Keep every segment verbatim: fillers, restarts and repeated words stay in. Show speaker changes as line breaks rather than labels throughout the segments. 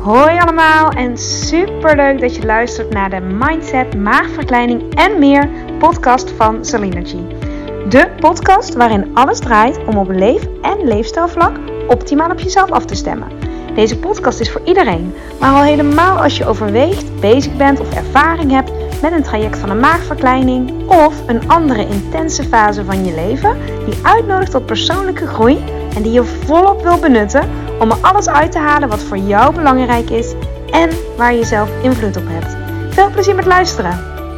Hoi allemaal en super leuk dat je luistert naar de Mindset, Maagverkleining en meer podcast van Salinergy. De podcast waarin alles draait om op leef- en leefstijlvlak optimaal op jezelf af te stemmen. Deze podcast is voor iedereen, maar al helemaal als je overweegt, bezig bent of ervaring hebt met een traject van een maagverkleining of een andere intense fase van je leven die uitnodigt tot persoonlijke groei en die je volop wil benutten om er alles uit te halen wat voor jou belangrijk is en waar je zelf invloed op hebt. Veel plezier met luisteren!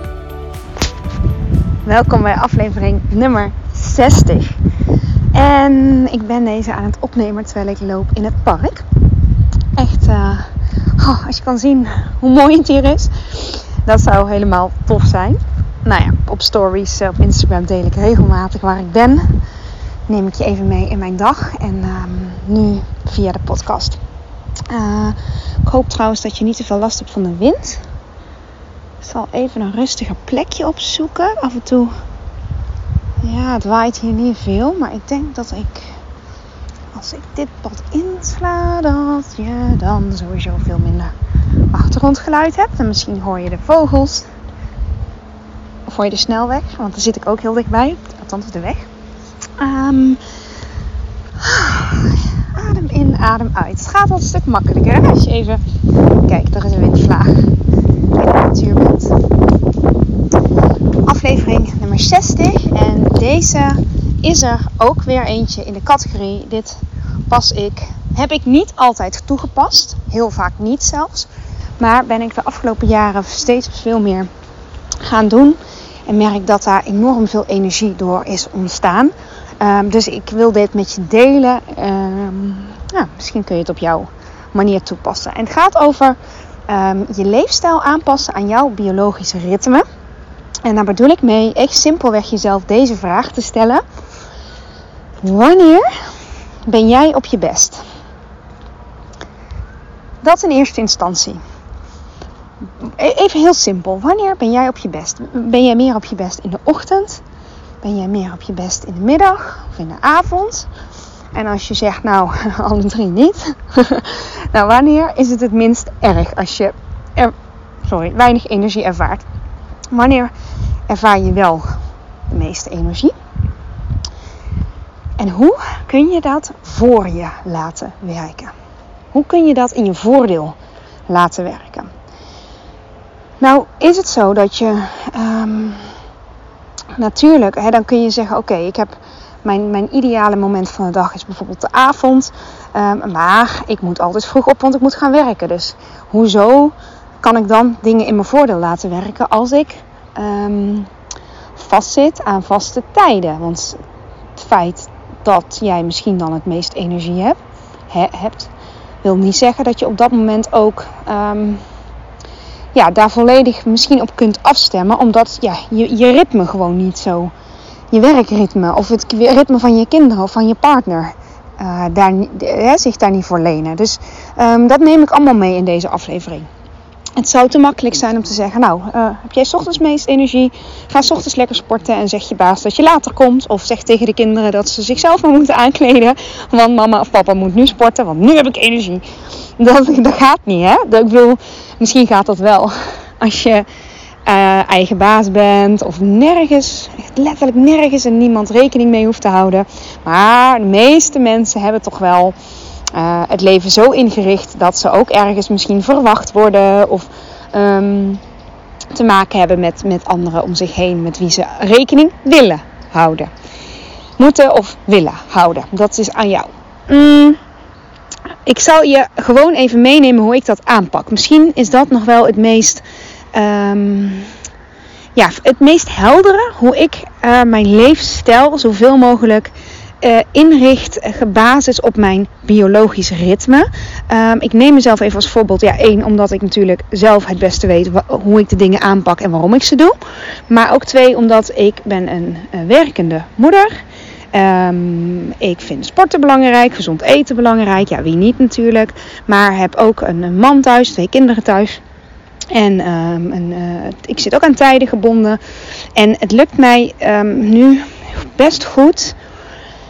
Welkom bij aflevering nummer zestig. En ik ben deze aan het opnemen terwijl ik loop in het park. Echt, uh, oh, als je kan zien hoe mooi het hier is, dat zou helemaal tof zijn. Nou ja, op stories op Instagram deel ik regelmatig waar ik ben. Neem ik je even mee in mijn dag en um, nu via de podcast. Uh, ik hoop trouwens dat je niet te veel last hebt van de wind. Ik zal even een rustiger plekje opzoeken. Af en toe, ja, het waait hier niet veel, maar ik denk dat ik, als ik dit pad insla, dat je dan sowieso veel minder achtergrondgeluid hebt. En misschien hoor je de vogels. Of hoor je de snelweg, want daar zit ik ook heel dichtbij. Althans de weg. Um, adem in, adem uit. Het gaat wel een stuk makkelijker als je even... Kijk, er is een windvlaag. In de natuur bent. Aflevering nummer zestig. En deze is er ook weer eentje in de categorie. Dit pas ik... Heb ik niet altijd toegepast. Heel vaak niet zelfs. Maar ben ik de afgelopen jaren steeds veel meer gaan doen. En merk dat daar enorm veel energie door is ontstaan. Um, dus ik wil dit met je delen. Um, nou, misschien kun je het op jouw manier toepassen. En het gaat over um, je leefstijl aanpassen aan jouw biologische ritme. En daar bedoel ik mee echt simpelweg jezelf deze vraag te stellen. Wanneer ben jij op je best? Dat in eerste instantie. Even heel simpel. Wanneer ben jij op je best? Ben jij meer op je best in de ochtend? Ben jij meer op je best in de middag of in de avond? En als je zegt, nou, alle drie niet. Nou, wanneer is het het minst erg als je er, sorry, weinig energie ervaart? Wanneer ervaar je wel de meeste energie? En hoe kun je dat voor je laten werken? Hoe kun je dat in je voordeel laten werken? Nou, is het zo dat je... Um, Natuurlijk, hè, dan kun je zeggen, oké, okay, ik heb mijn, mijn ideale moment van de dag is bijvoorbeeld de avond. Um, maar ik moet altijd vroeg op, want ik moet gaan werken. Dus hoezo kan ik dan dingen in mijn voordeel laten werken als ik um, vastzit aan vaste tijden? Want het feit dat jij misschien dan het meest energie hebt, he, hebt wil niet zeggen dat je op dat moment ook... Um, Ja, daar volledig misschien op kunt afstemmen. Omdat ja, je, je ritme gewoon niet zo... Je werkritme of het ritme van je kinderen of van je partner... Uh, daar, uh, zich daar niet voor lenen. Dus um, dat neem ik allemaal mee in deze aflevering. Het zou te makkelijk zijn om te zeggen... Nou, uh, heb jij 's ochtends meest energie? Ga 's ochtends lekker sporten en zeg je baas dat je later komt. Of zeg tegen de kinderen dat ze zichzelf maar moeten aankleden. Want mama of papa moet nu sporten, want nu heb ik energie. Dat, dat gaat niet, hè? Ik bedoel, misschien gaat dat wel als je uh, eigen baas bent of nergens, echt letterlijk nergens en niemand rekening mee hoeft te houden. Maar de meeste mensen hebben toch wel uh, het leven zo ingericht dat ze ook ergens misschien verwacht worden of um, te maken hebben met, met anderen om zich heen met wie ze rekening willen houden. Moeten of willen houden. Dat is aan jou. Mm. Ik zal je gewoon even meenemen hoe ik dat aanpak. Misschien is dat nog wel het meest, um, ja, het meest heldere. Hoe ik uh, mijn levensstijl zoveel mogelijk uh, inricht. Gebaseerd op mijn biologisch ritme. Um, ik neem mezelf even als voorbeeld. Ja, één, omdat ik natuurlijk zelf het beste weet wa- hoe ik de dingen aanpak en waarom ik ze doe. Maar ook twee, omdat ik ben een uh, werkende moeder. Um, ik vind sporten belangrijk, gezond eten belangrijk. Ja, wie niet natuurlijk. Maar heb ook een man thuis, twee kinderen thuis. En um, een, uh, ik zit ook aan tijden gebonden. En het lukt mij um, nu best goed.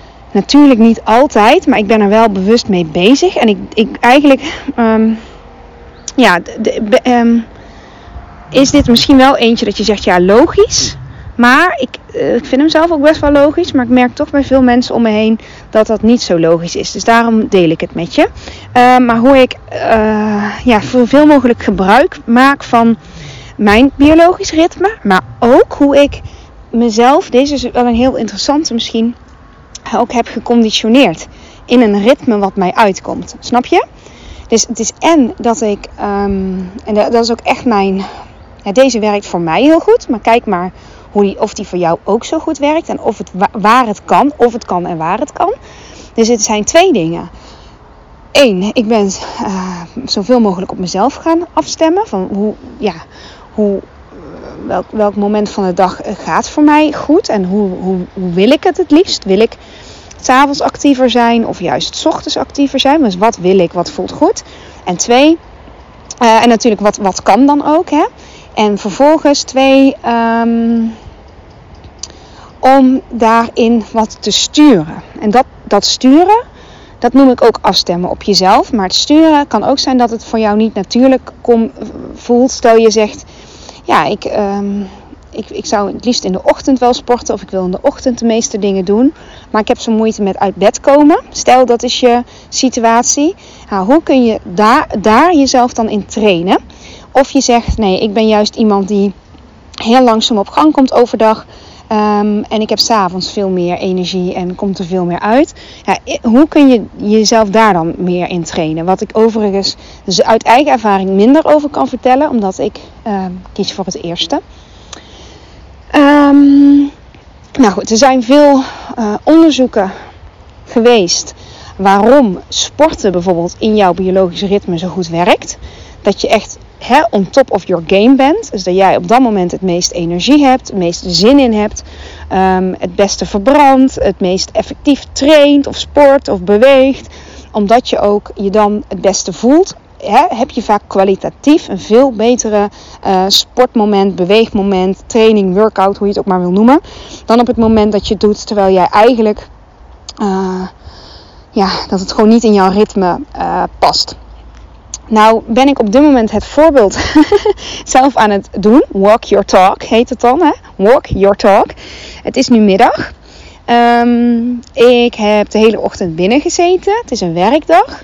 Natuurlijk niet altijd, maar ik ben er wel bewust mee bezig. En ik, ik eigenlijk... Um, ja, de, de, um, is dit misschien wel eentje dat je zegt, ja, logisch. Maar ik, uh, ik vind hem zelf ook best wel logisch. Maar ik merk toch bij veel mensen om me heen dat dat niet zo logisch is. Dus daarom deel ik het met je. Uh, maar hoe ik uh, ja, zoveel mogelijk gebruik maak van mijn biologisch ritme. Maar ook hoe ik mezelf, deze is wel een heel interessante misschien, ook heb geconditioneerd in een ritme wat mij uitkomt. Snap je? Dus het is en dat ik, um, en dat is ook echt mijn, ja, deze werkt voor mij heel goed. Maar kijk maar hoe die, of die voor jou ook zo goed werkt. En of het, waar het kan, of het kan en waar het kan. Dus het zijn twee dingen. Eén, ik ben uh, zoveel mogelijk op mezelf gaan afstemmen. Van hoe, ja, hoe, welk, welk moment van de dag gaat voor mij goed. En hoe, hoe, hoe wil ik het het liefst? Wil ik 's avonds actiever zijn of juist 's ochtends actiever zijn? Dus wat wil ik, wat voelt goed? En twee, uh, en natuurlijk wat, wat kan dan ook, hè? En vervolgens twee, um, om daarin wat te sturen. En dat, dat sturen, dat noem ik ook afstemmen op jezelf. Maar het sturen kan ook zijn dat het voor jou niet natuurlijk kom, voelt. Stel je zegt, ja, ik, um, ik, ik zou het liefst in de ochtend wel sporten. Of ik wil in de ochtend de meeste dingen doen. Maar ik heb zo'n moeite met uit bed komen. Stel, dat is je situatie. Nou, hoe kun je daar, daar jezelf dan in trainen? Of je zegt, nee, ik ben juist iemand die heel langzaam op gang komt overdag. Um, en ik heb 's avonds veel meer energie en komt er veel meer uit. Ja, hoe kun je jezelf daar dan meer in trainen? Wat ik overigens dus uit eigen ervaring minder over kan vertellen. Omdat ik uh, kies voor het eerste. Um, nou goed, er zijn veel uh, onderzoeken geweest waarom sporten bijvoorbeeld in jouw biologische ritme zo goed werkt. Dat je echt he, on top of your game bent. Dus dat jij op dat moment het meest energie hebt, het meeste zin in hebt. Um, het beste verbrandt, het meest effectief traint of sport of beweegt. Omdat je ook je dan het beste voelt. He, heb je vaak kwalitatief een veel betere uh, sportmoment, beweegmoment, training, workout, hoe je het ook maar wil noemen. Dan op het moment dat je het doet terwijl jij eigenlijk, uh, ja, dat het gewoon niet in jouw ritme uh, past. Nou ben ik op dit moment het voorbeeld zelf aan het doen. Walk your talk heet het dan. Hè? Walk your talk. Het is nu middag. Um, ik heb de hele ochtend binnen gezeten. Het is een werkdag.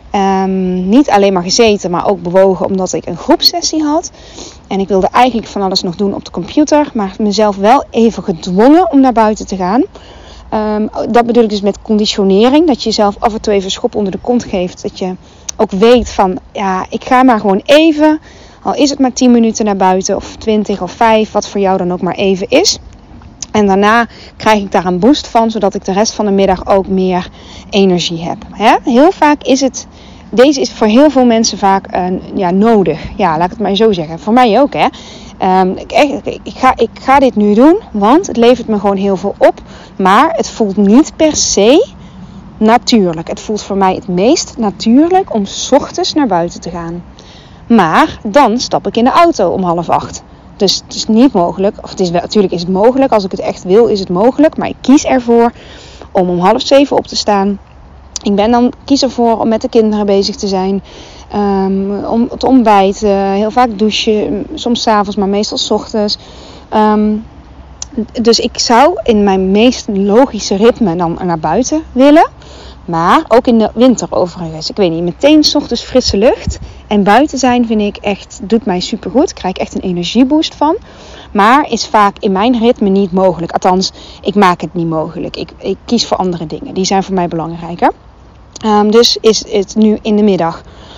Um, niet alleen maar gezeten, maar ook bewogen omdat ik een groepsessie had. En ik wilde eigenlijk van alles nog doen op de computer. Maar mezelf wel even gedwongen om naar buiten te gaan. Um, dat bedoel ik dus met conditionering. Dat je jezelf af en toe even schop onder de kont geeft. Dat je ook weet van, ja, ik ga maar gewoon even, al is het maar tien minuten naar buiten of twintig of vijf, wat voor jou dan ook maar even is. En daarna krijg ik daar een boost van, zodat ik de rest van de middag ook meer energie heb. Hè? Heel vaak is het, deze is voor heel veel mensen vaak uh, ja, nodig. Ja, laat ik het maar zo zeggen. Voor mij ook, hè. Um, ik, ik, ik, ga, ik ga dit nu doen, want het levert me gewoon heel veel op. Maar het voelt niet per se natuurlijk. Het voelt voor mij het meest natuurlijk om 's ochtends naar buiten te gaan. Maar dan stap ik in de auto om half acht. Dus het is niet mogelijk. Of het is wel, natuurlijk is het mogelijk. Als ik het echt wil, is het mogelijk. Maar ik kies ervoor om om half zeven op te staan. Ik ben dan kies ervoor om met de kinderen bezig te zijn. Um, om te ontbijten. Heel vaak douchen. Soms 's avonds, maar meestal 's ochtends. Um, dus ik zou in mijn meest logische ritme dan naar buiten willen. Maar ook in de winter overigens. Ik weet niet, meteen 's ochtends frisse lucht. En buiten zijn vind ik echt, doet mij supergoed. Ik krijg echt een energieboost van. Maar is vaak in mijn ritme niet mogelijk. Althans, ik maak het niet mogelijk. Ik, ik kies voor andere dingen. Die zijn voor mij belangrijker. Um, dus is het nu in de middag.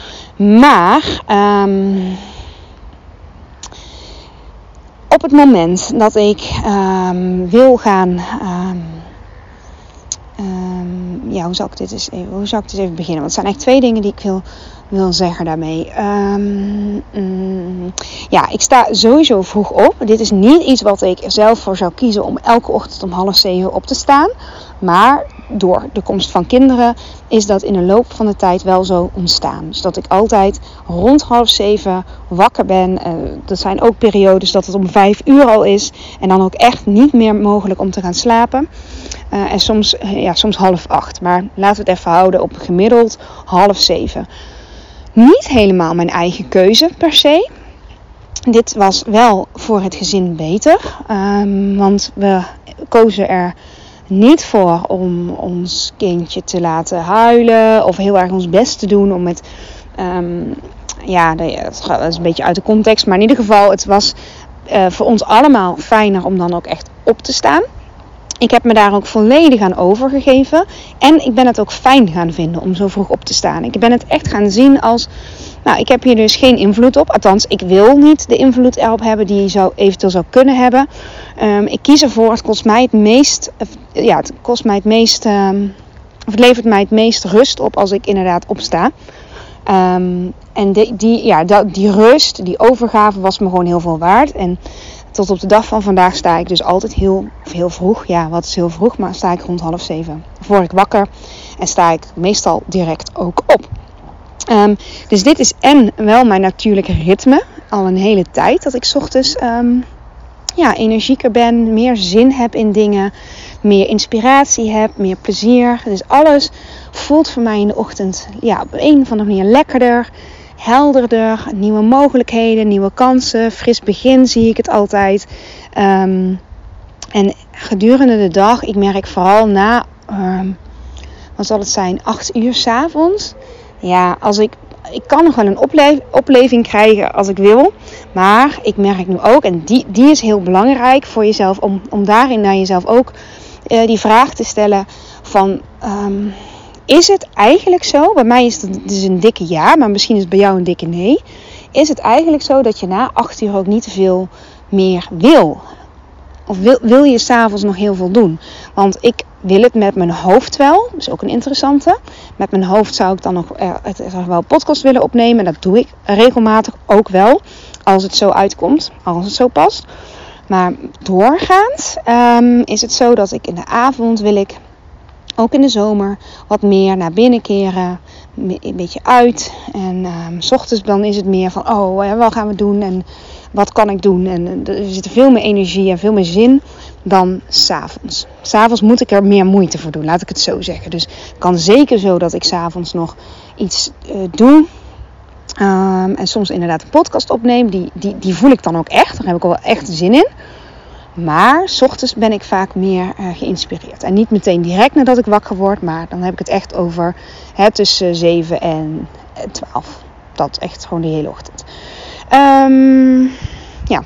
Maar Um, op het moment dat ik um, wil gaan... Um, um, ja, hoe zal ik dit eens even, hoe zal ik dit even beginnen? Want het zijn eigenlijk twee dingen die ik wil, wil zeggen daarmee. Um, um, ja, ik sta sowieso vroeg op. Dit is niet iets wat ik er zelf voor zou kiezen om elke ochtend om half zeven op te staan. Maar door de komst van kinderen is dat in de loop van de tijd wel zo ontstaan. Dus dat ik altijd rond half zeven wakker ben. Uh, er zijn ook periodes dat het om vijf uur al is. En dan ook echt niet meer mogelijk om te gaan slapen. Uh, en soms, ja, soms half acht. Maar laten we het even houden op gemiddeld half zeven. niet helemaal mijn eigen keuze per se. Dit was wel voor het gezin beter. Um, want we kozen er niet voor om ons kindje te laten huilen. Of heel erg ons best te doen om met... Um, ja, dat is een beetje uit de context. Maar in ieder geval, het was uh, voor ons allemaal fijner om dan ook echt op te staan. Ik heb me daar ook volledig aan overgegeven. En ik ben het ook fijn gaan vinden om zo vroeg op te staan. Ik ben het echt gaan zien als... Nou, ik heb hier dus geen invloed op. Althans, ik wil niet de invloed erop hebben die je zou, eventueel zou kunnen hebben. Um, ik kies ervoor. Het kost mij het meest... Ja, het kost mij het meest... Um, of het levert mij het meest rust op als ik inderdaad opsta. Um, en die, die, ja, die rust, die overgave was me gewoon heel veel waard. En tot op de dag van vandaag sta ik dus altijd heel, of heel vroeg. Ja, wat is heel vroeg, maar sta ik rond half zeven. Word ik wakker en sta ik meestal direct ook op. Um, dus dit is en wel mijn natuurlijke ritme. Al een hele tijd dat ik 's ochtends um, ja, energieker ben. Meer zin heb in dingen. Meer inspiratie heb. Meer plezier. Dus alles voelt voor mij in de ochtend ja, op een of andere manier lekkerder. Helderder. Nieuwe mogelijkheden. Nieuwe kansen. Fris begin zie ik het altijd. Um, en gedurende de dag. Ik merk vooral na... Um, wat zal het zijn? acht uur 's avonds. Ja, als ik, ik kan nog wel een oplev, opleving krijgen als ik wil. Maar ik merk nu ook, en die, die is heel belangrijk voor jezelf. Om, om daarin naar jezelf ook uh, die vraag te stellen van... Um, is het eigenlijk zo, bij mij is het dus een dikke ja, maar misschien is het bij jou een dikke nee. Is het eigenlijk zo dat je na acht uur ook niet te veel meer wil? Of wil, wil je 's avonds nog heel veel doen? Want ik wil het met mijn hoofd wel. Dat is ook een interessante. Met mijn hoofd zou ik dan nog er, er wel podcast willen opnemen. Dat doe ik regelmatig ook wel. Als het zo uitkomt. Als het zo past. Maar doorgaand um, is het zo dat ik in de avond wil ik... Ook in de zomer wat meer naar binnen keren. Een beetje uit. En um, 's ochtends dan is het meer van... Oh, wat gaan we doen? En wat kan ik doen? En er zit veel meer energie en veel meer zin dan 's avonds. 's Avonds moet ik er meer moeite voor doen. Laat ik het zo zeggen. Dus het kan zeker zo dat ik 's avonds nog iets uh, doe. Um, en soms inderdaad een podcast opneem. Die, die, die voel ik dan ook echt. Daar heb ik al wel echt zin in. Maar 's ochtends ben ik vaak meer uh, geïnspireerd. En niet meteen direct nadat ik wakker word. Maar dan heb ik het echt over hè, tussen zeven en twaalf. Dat echt gewoon de hele ochtend. Um, ja.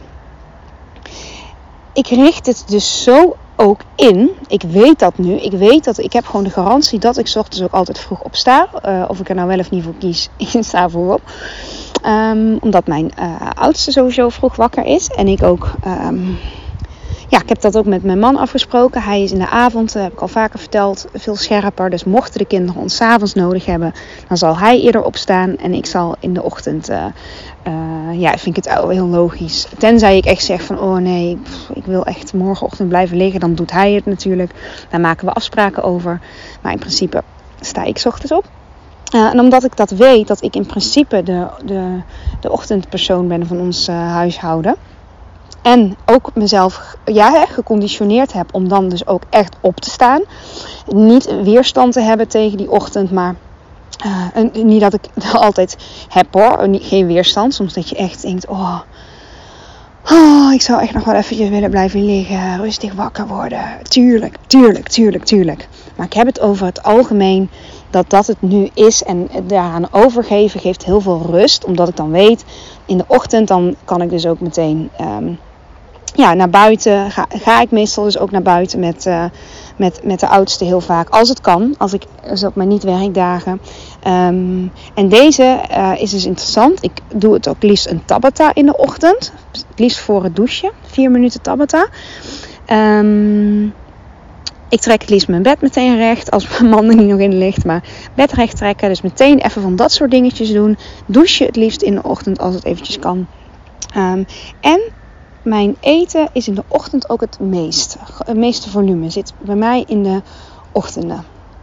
Ik richt het dus zo ook in. Ik weet dat nu. Ik weet dat ik heb gewoon de garantie dat ik 's ochtends ook altijd vroeg opsta. Uh, of ik er nou wel of niet voor kies. Ik sta vroeg op. Um, omdat mijn uh, oudste sowieso vroeg wakker is. En ik ook... Um, Ja, ik heb dat ook met mijn man afgesproken. Hij is in de avond, heb ik al vaker verteld, veel scherper. Dus mochten de kinderen ons 's avonds nodig hebben, dan zal hij eerder opstaan. En ik zal in de ochtend, uh, uh, ja, vind ik het heel logisch. Tenzij ik echt zeg van, oh nee, pff, ik wil echt morgenochtend blijven liggen. Dan doet hij het natuurlijk. Daar maken we afspraken over. Maar in principe sta ik 's ochtends op. Uh, en omdat ik dat weet, dat ik in principe de, de, de ochtendpersoon ben van ons uh, huishouden. En ook mezelf ja, geconditioneerd heb om dan dus ook echt op te staan. Niet weerstand te hebben tegen die ochtend, maar uh, en niet dat ik altijd heb hoor. Geen weerstand. Soms dat je echt denkt, oh, oh, ik zou echt nog wel eventjes willen blijven liggen. Rustig wakker worden. Tuurlijk, tuurlijk, tuurlijk, tuurlijk. Maar ik heb het over het algemeen dat dat het nu is. En daaraan overgeven geeft heel veel rust. Omdat ik dan weet, in de ochtend dan kan ik dus ook meteen... Um, Ja, naar buiten ga, ga ik meestal dus ook naar buiten met, uh, met, met de oudste heel vaak. Als het kan, als ik dus op mijn niet-werkdagen. Um, en deze uh, is dus interessant. Ik doe het ook liefst een Tabata in de ochtend. Het liefst voor het douchen. Vier minuten Tabata. Um, ik trek het liefst mijn bed meteen recht. Als mijn man er niet nog in ligt. Maar bed recht trekken. Dus meteen even van dat soort dingetjes doen. Douchen het liefst in de ochtend als het eventjes kan. Um, en... Mijn eten is in de ochtend ook het meest. Het meeste volume zit bij mij in de ochtenden.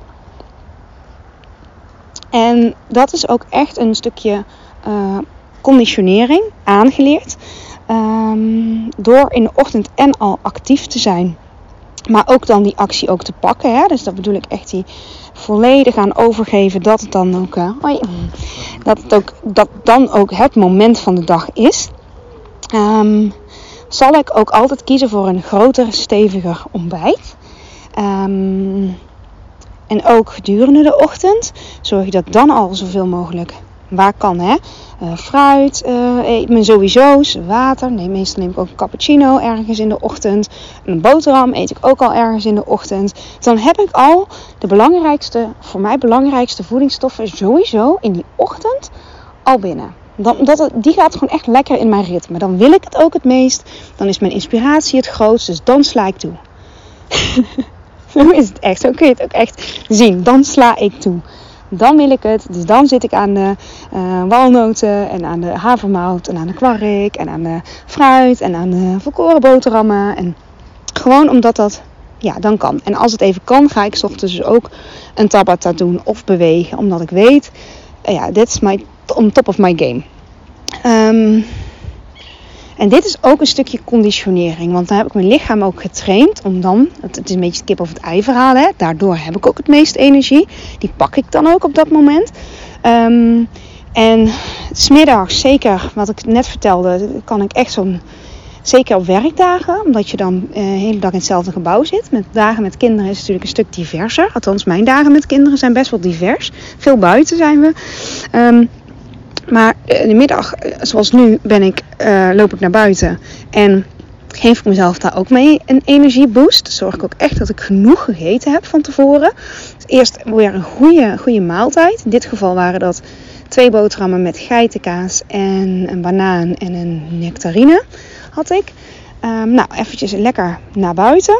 En dat is ook echt een stukje uh, conditionering, aangeleerd. Um, door in de ochtend en al actief te zijn. Maar ook dan die actie ook te pakken. Hè? Dus dat bedoel ik echt die volledig aan overgeven. Dat het dan ook, uh, hoi, dat het ook, dat dan ook het moment van de dag is. Um, zal ik ook altijd kiezen voor een groter, steviger ontbijt. Um, en ook gedurende de ochtend zorg ik dat ik dan al zoveel mogelijk waar kan, hè. Uh, fruit uh, eet me sowieso's, water. Nee, meestal neem ik ook een cappuccino ergens in de ochtend. Een boterham eet ik ook al ergens in de ochtend. Dan heb ik al de belangrijkste, voor mij belangrijkste voedingsstoffen sowieso in die ochtend al binnen. Dan, dat, die gaat gewoon echt lekker in mijn ritme. Dan wil ik het ook het meest. Dan is mijn inspiratie het grootst. Dus dan sla ik toe. Zo is het echt. Zo kun je het ook echt zien. Dan sla ik toe. Dan wil ik het. Dus dan zit ik aan de uh, walnoten en aan de havermout en aan de kwark en aan de fruit en aan de volkoren boterhammen. En gewoon omdat dat, ja, dan kan. En als het even kan, ga ik 's ochtends dus ook een tabata doen of bewegen. Omdat ik weet, uh, ja, dit is my, on top of my game. Um, En dit is ook een stukje conditionering. Want dan heb ik mijn lichaam ook getraind om dan, het is een beetje het kip of het ei verhaal, hè. Daardoor heb ik ook het meest energie. Die pak ik dan ook op dat moment. Um, en 's middags, zeker wat ik net vertelde, kan ik echt zo'n, zeker op werkdagen. Omdat je dan uh, de hele dag in hetzelfde gebouw zit. Met dagen met kinderen is het natuurlijk een stuk diverser. Althans, mijn dagen met kinderen zijn best wel divers. Veel buiten zijn we. Um, Maar in de middag, zoals nu, ben ik, uh, loop ik naar buiten en geef ik mezelf daar ook mee een energieboost. Dus zorg ik ook echt dat ik genoeg gegeten heb van tevoren. Dus eerst weer een goede, goede maaltijd. In dit geval waren dat twee boterhammen met geitenkaas en een banaan en een nectarine had ik. Um, nou, eventjes lekker naar buiten.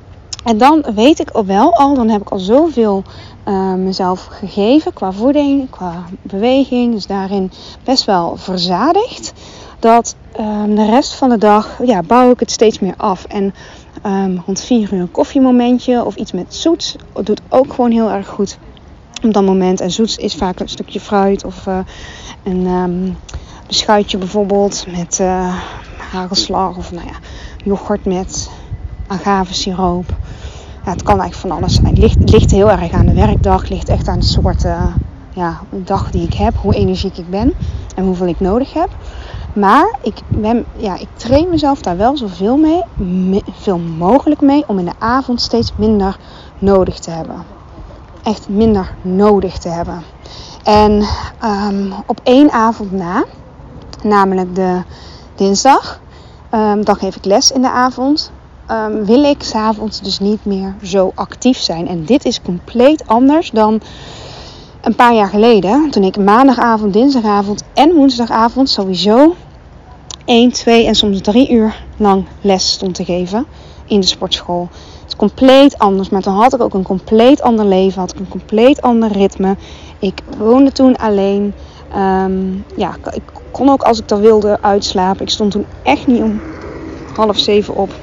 En dan weet ik ook wel al, dan heb ik al zoveel uh, mezelf gegeven qua voeding, qua beweging. Dus daarin best wel verzadigd. Dat um, de rest van de dag, ja, bouw ik het steeds meer af. En um, rond vier uur een koffiemomentje of iets met zoets doet ook gewoon heel erg goed op dat moment. En zoets is vaak een stukje fruit of uh, een um, beschuitje bijvoorbeeld met uh, hagelslag of nou ja, yoghurt met agavesiroop. Ja, het kan eigenlijk van alles zijn. Het ligt, het ligt heel erg aan de werkdag. Het ligt echt aan de soort uh, ja, dag die ik heb. Hoe energiek ik ben. En hoeveel ik nodig heb. Maar ik, ben, ja, ik train mezelf daar wel zoveel mee. Me, veel mogelijk mee. Om in de avond steeds minder nodig te hebben. Echt minder nodig te hebben. En um, op één avond na. Namelijk de dinsdag. Um, dan geef ik les in de avond. Um, wil ik 's avonds dus niet meer zo actief zijn. En dit is compleet anders dan een paar jaar geleden. Toen ik maandagavond, dinsdagavond en woensdagavond sowieso één, twee en soms drie uur lang les stond te geven in de sportschool. Het is compleet anders. Maar toen had ik ook een compleet ander leven. Had ik een compleet ander ritme. Ik woonde toen alleen. Um, ja, ik kon ook als ik dat wilde uitslapen. Ik stond toen echt niet om half zeven op.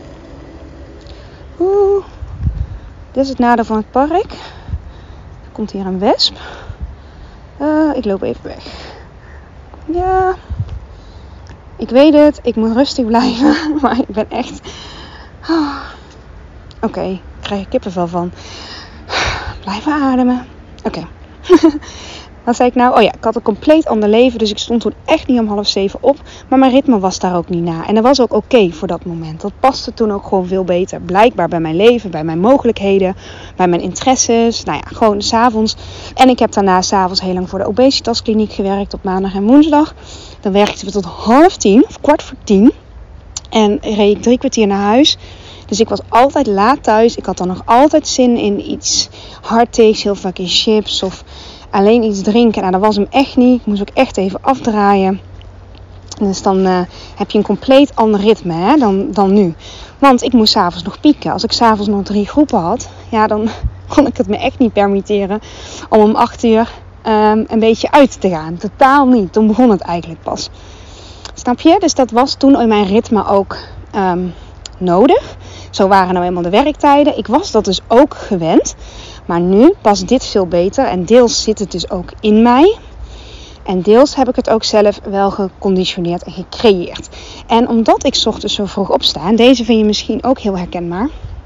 Oeh, dit is het nadeel van het park. Er komt hier een wesp. Uh, ik loop even weg. Ja, ik weet het. Ik moet rustig blijven. Maar ik ben echt... Oh. Oké, okay, ik krijg er kippenvel van. Blijven ademen. Oké. Okay. Wat zei ik nou? Oh ja, ik had een compleet ander leven. Dus ik stond toen echt niet om half zeven op. Maar mijn ritme was daar ook niet na. En dat was ook oké okay voor dat moment. Dat paste toen ook gewoon veel beter. Blijkbaar bij mijn leven, bij mijn mogelijkheden, bij mijn interesses. Nou ja, gewoon 's avonds. En ik heb daarna 's avonds heel lang voor de obesitaskliniek gewerkt op maandag en woensdag. Dan werkten we tot half tien of kwart voor tien. En reed ik drie kwartier naar huis. Dus ik was altijd laat thuis. Ik had dan nog altijd zin in iets hardteeks, heel vaak in chips of alleen iets drinken. Nou, dat was hem echt niet. Ik moest ook echt even afdraaien. Dus dan uh, heb je een compleet ander ritme, hè, dan, dan nu. Want ik moest 's avonds nog pieken. Als ik 's avonds nog drie groepen had, ja, dan kon ik het me echt niet permitteren om om acht uur um, een beetje uit te gaan. Totaal niet. Toen begon het eigenlijk pas. Snap je? Dus dat was toen in mijn ritme ook um, nodig. Zo waren nou eenmaal de werktijden. Ik was dat dus ook gewend. Maar nu past dit veel beter. En deels zit het dus ook in mij. En deels heb ik het ook zelf wel geconditioneerd en gecreëerd. En omdat ik 's ochtends zo vroeg opsta. En deze vind je misschien ook heel herkenbaar.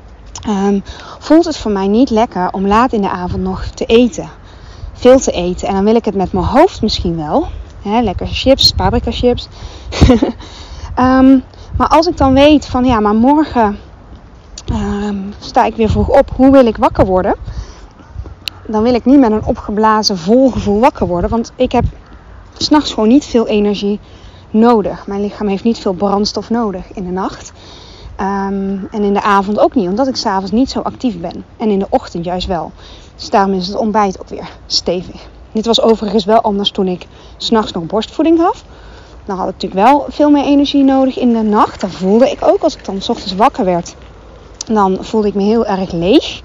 um, voelt het voor mij niet lekker om laat in de avond nog te eten. Veel te eten. En dan wil ik het met mijn hoofd misschien wel. Hè, lekker chips, paprika chips. um, maar als ik dan weet van ja, maar morgen um, sta ik weer vroeg op. Hoe wil ik wakker worden? Dan wil ik niet met een opgeblazen vol gevoel wakker worden. Want ik heb 's nachts gewoon niet veel energie nodig. Mijn lichaam heeft niet veel brandstof nodig in de nacht. Um, en in de avond ook niet. Omdat ik 's avonds niet zo actief ben. En in de ochtend juist wel. Dus daarom is het ontbijt ook weer stevig. Dit was overigens wel anders toen ik 's nachts nog borstvoeding gaf. Dan had ik natuurlijk wel veel meer energie nodig in de nacht. Dan voelde ik ook als ik dan 's ochtends wakker werd. Dan voelde ik me heel erg leeg.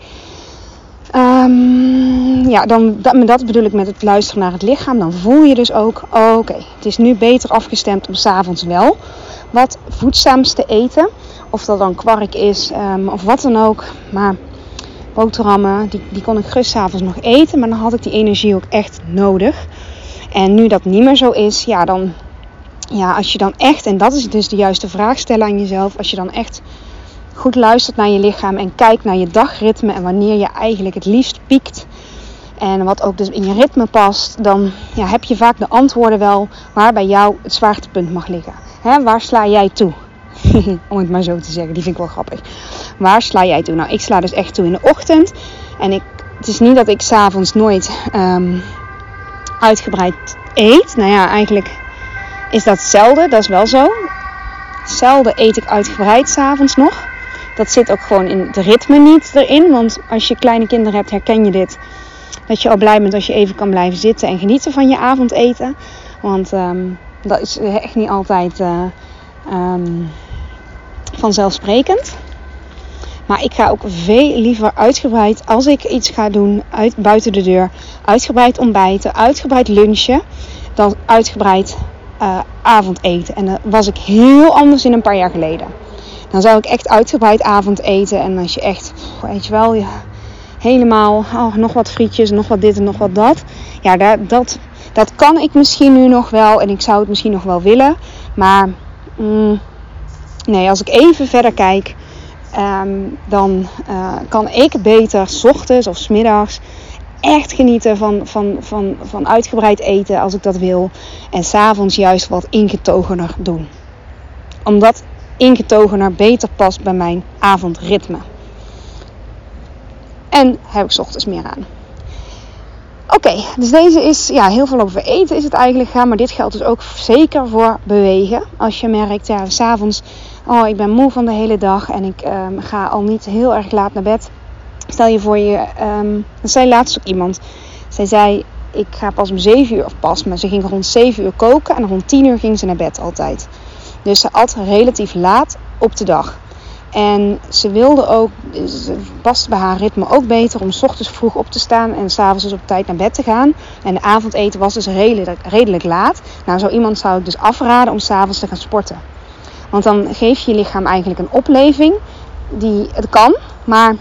Um, ja, dan, dat, dat bedoel ik met het luisteren naar het lichaam. Dan voel je dus ook, oh, oké, okay, het is nu beter afgestemd om 's avonds wel wat voedzaams te eten. Of dat dan kwark is um, of wat dan ook. Maar boterhammen, die, die kon ik gerust 's avonds nog eten. Maar dan had ik die energie ook echt nodig. En nu dat niet meer zo is, ja, dan, ja, als je dan echt, en dat is dus de juiste vraag stellen aan jezelf. Als je dan echt goed luistert naar je lichaam en kijkt naar je dagritme en wanneer je eigenlijk het liefst piekt. En wat ook dus in je ritme past, dan ja, heb je vaak de antwoorden wel waar bij jou het zwaartepunt mag liggen. Hè, waar sla jij toe? Om het maar zo te zeggen, die vind ik wel grappig. Waar sla jij toe? Nou, ik sla dus echt toe in de ochtend. En ik, het is niet dat ik 's avonds nooit um, uitgebreid eet. Nou ja, eigenlijk is dat zelden, dat is wel zo. Zelden eet ik uitgebreid 's avonds nog. Dat zit ook gewoon in het ritme niet erin. Want als je kleine kinderen hebt, herken je dit. Dat je al blij bent als je even kan blijven zitten en genieten van je avondeten. Want um, dat is echt niet altijd uh, um, vanzelfsprekend. Maar ik ga ook veel liever uitgebreid, als ik iets ga doen uit, buiten de deur, uitgebreid ontbijten, uitgebreid lunchen, dan uitgebreid uh, avondeten. En dat was ik heel anders in een paar jaar geleden. Dan zou ik echt uitgebreid avondeten. En als je echt, weet je wel, ja, helemaal, oh, nog wat frietjes, nog wat dit en nog wat dat. Ja, dat, dat, dat kan ik misschien nu nog wel. En ik zou het misschien nog wel willen. Maar mm, nee, als ik even verder kijk, um, dan uh, kan ik beter 's ochtends of 's middags echt genieten van, van, van, van uitgebreid eten als ik dat wil. En 's avonds juist wat ingetogener doen. Omdat ingetogener beter past bij mijn avondritme. En heb ik 's ochtends meer aan. Oké, okay, dus deze is, ja, heel veel over eten is het eigenlijk gaan. Maar dit geldt dus ook zeker voor bewegen. Als je merkt, ja, 's avonds, oh, ik ben moe van de hele dag. En ik um, ga al niet heel erg laat naar bed. Stel je voor je, um, dat zei laatst ook iemand. Zij zei, ik ga pas om zeven uur, of pas, maar ze ging rond zeven uur koken. En rond tien uur ging ze naar bed altijd. Dus ze at relatief laat op de dag. En ze wilde ook, ze paste bij haar ritme ook beter om 's ochtends vroeg op te staan en 's avonds dus op tijd naar bed te gaan. En de avondeten was dus redelijk, redelijk laat. Nou, zo iemand zou ik dus afraden om 's avonds te gaan sporten. Want dan geef je je lichaam eigenlijk een opleving. Die, het kan, maar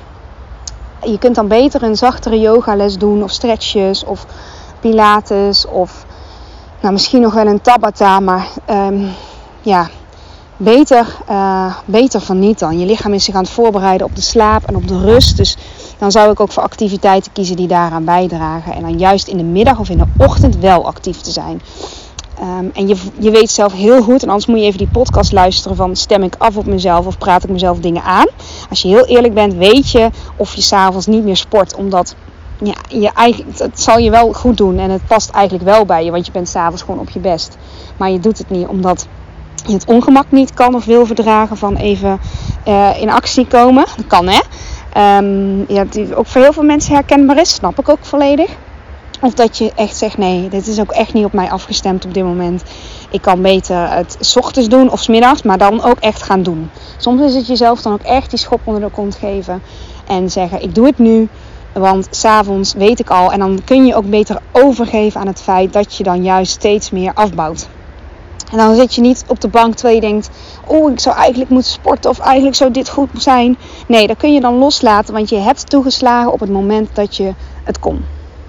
je kunt dan beter een zachtere yogales doen of stretches of pilates of nou, misschien nog wel een tabata, maar um, ja, beter, uh, beter van niet dan. Je lichaam is zich aan het voorbereiden op de slaap en op de rust. Dus dan zou ik ook voor activiteiten kiezen die daaraan bijdragen. En dan juist in de middag of in de ochtend wel actief te zijn. Um, en je, je weet zelf heel goed, en anders moet je even die podcast luisteren van stem ik af op mezelf of praat ik mezelf dingen aan. Als je heel eerlijk bent, weet je of je 's avonds niet meer sport. Omdat ja, je eigen, het zal je wel goed doen en het past eigenlijk wel bij je. Want je bent 's avonds gewoon op je best. Maar je doet het niet omdat je het ongemak niet kan of wil verdragen van even uh, in actie komen. Dat kan, hè. Um, ja, die ook voor heel veel mensen herkenbaar is, snap ik ook volledig. Of dat je echt zegt, nee, dit is ook echt niet op mij afgestemd op dit moment. Ik kan beter het 's ochtends doen of 's middags, maar dan ook echt gaan doen. Soms is het jezelf dan ook echt die schop onder de kont geven. En zeggen, ik doe het nu, want 's avonds weet ik al. En dan kun je ook beter overgeven aan het feit dat je dan juist steeds meer afbouwt. En dan zit je niet op de bank terwijl je denkt, oh, ik zou eigenlijk moeten sporten of eigenlijk zou dit goed zijn. Nee, dat kun je dan loslaten, want je hebt toegeslagen op het moment dat je het kon.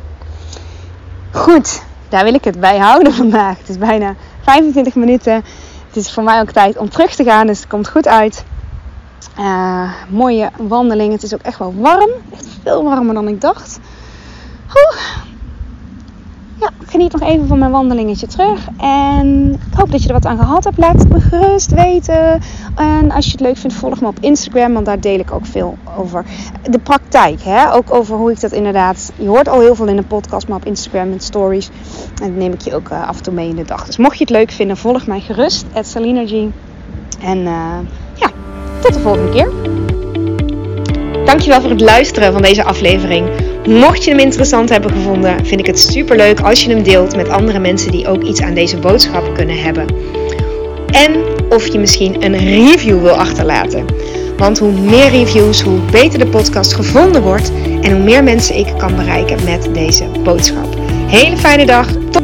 Goed, daar wil ik het bij houden vandaag. Het is bijna vijfentwintig minuten. Het is voor mij ook tijd om terug te gaan, dus het komt goed uit. Uh, mooie wandeling. Het is ook echt wel warm. Echt veel warmer dan ik dacht. Oeh. Ja, ik geniet nog even van mijn wandelingetje terug. En ik hoop dat je er wat aan gehad hebt. Laat het me gerust weten. En als je het leuk vindt, volg me op Instagram. Want daar deel ik ook veel over de praktijk. Hè? Ook over hoe ik dat inderdaad... Je hoort al heel veel in de podcast, maar op Instagram met stories. En dat neem ik je ook uh, af en toe mee in de dag. Dus mocht je het leuk vinden, volg mij gerust. at Salinergy. En uh, ja, tot de volgende keer. Dankjewel voor het luisteren van deze aflevering. Mocht je hem interessant hebben gevonden, vind ik het superleuk als je hem deelt met andere mensen die ook iets aan deze boodschap kunnen hebben. En of je misschien een review wil achterlaten. Want hoe meer reviews, hoe beter de podcast gevonden wordt en hoe meer mensen ik kan bereiken met deze boodschap. Hele fijne dag. Tot